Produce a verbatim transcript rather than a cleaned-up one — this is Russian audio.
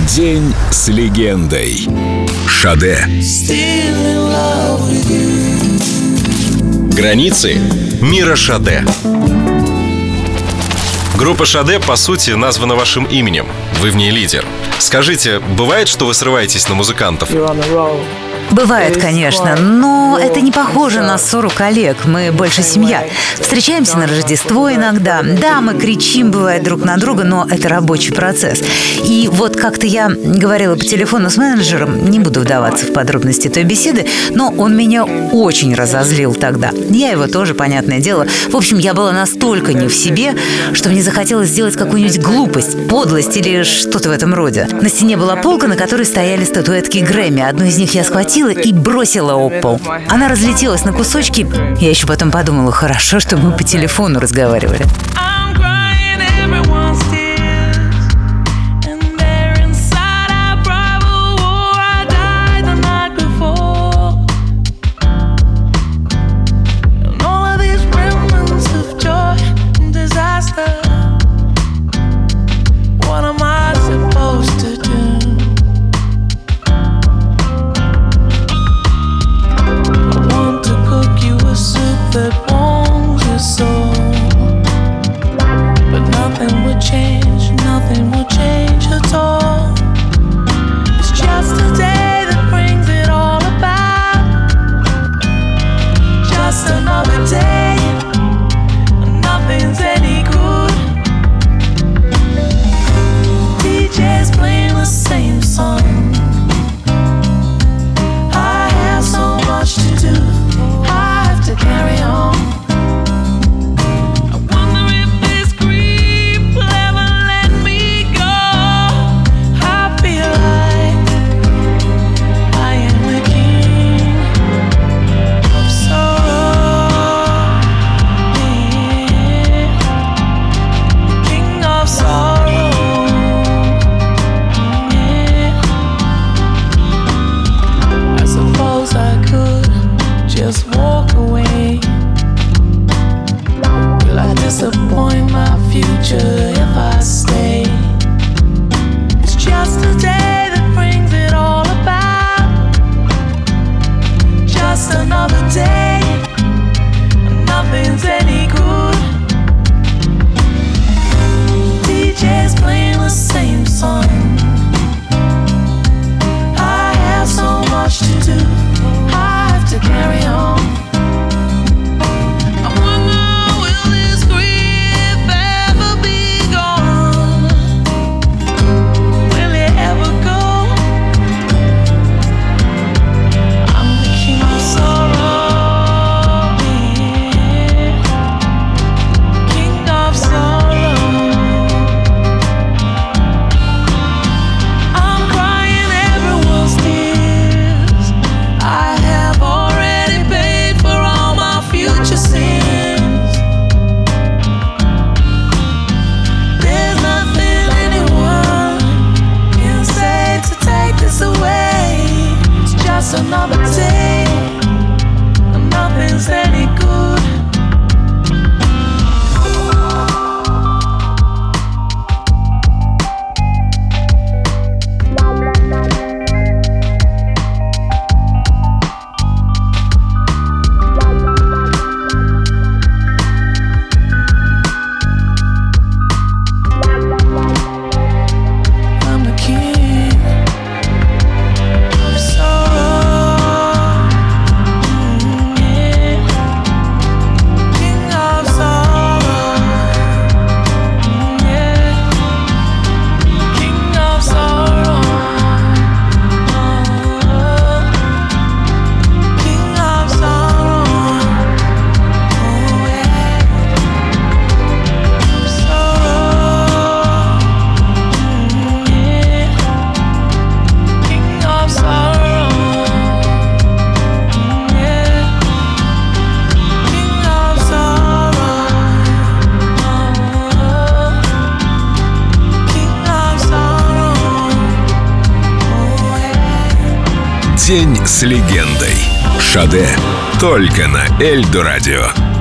День с легендой. Шаде. Границы мира Шаде. Группа Шаде, по сути, названа вашим именем. Вы в ней лидер. Скажите, бывает, что вы срываетесь на музыкантов? Бывает, конечно, но это не похоже на ссору коллег. Мы больше семья. Встречаемся на Рождество иногда. Да, мы кричим, бывает, друг на друга, но это рабочий процесс. И вот как-то я говорила по телефону с менеджером, не буду вдаваться в подробности той беседы, но он меня очень разозлил тогда. Я его тоже, понятное дело. В общем, я была настолько не в себе, что мне захотелось сделать какую-нибудь глупость, подлость или что-то в этом роде. На стене была полка, на которой стояли статуэтки Грэмми. Одну из них я схватила и бросила об пол. Она разлетелась на кусочки. Я еще потом подумала, хорошо, что мы по телефону разговаривали. Disappoint my future if I stay. It's just a day that brings it all about. Just another day, nothing's any good. D J's playing the same song. I have so much to do, I have to carry on. Another day, nothing's any good. I'm the king. День с легендой. Шаде. Только на Эльдо радио.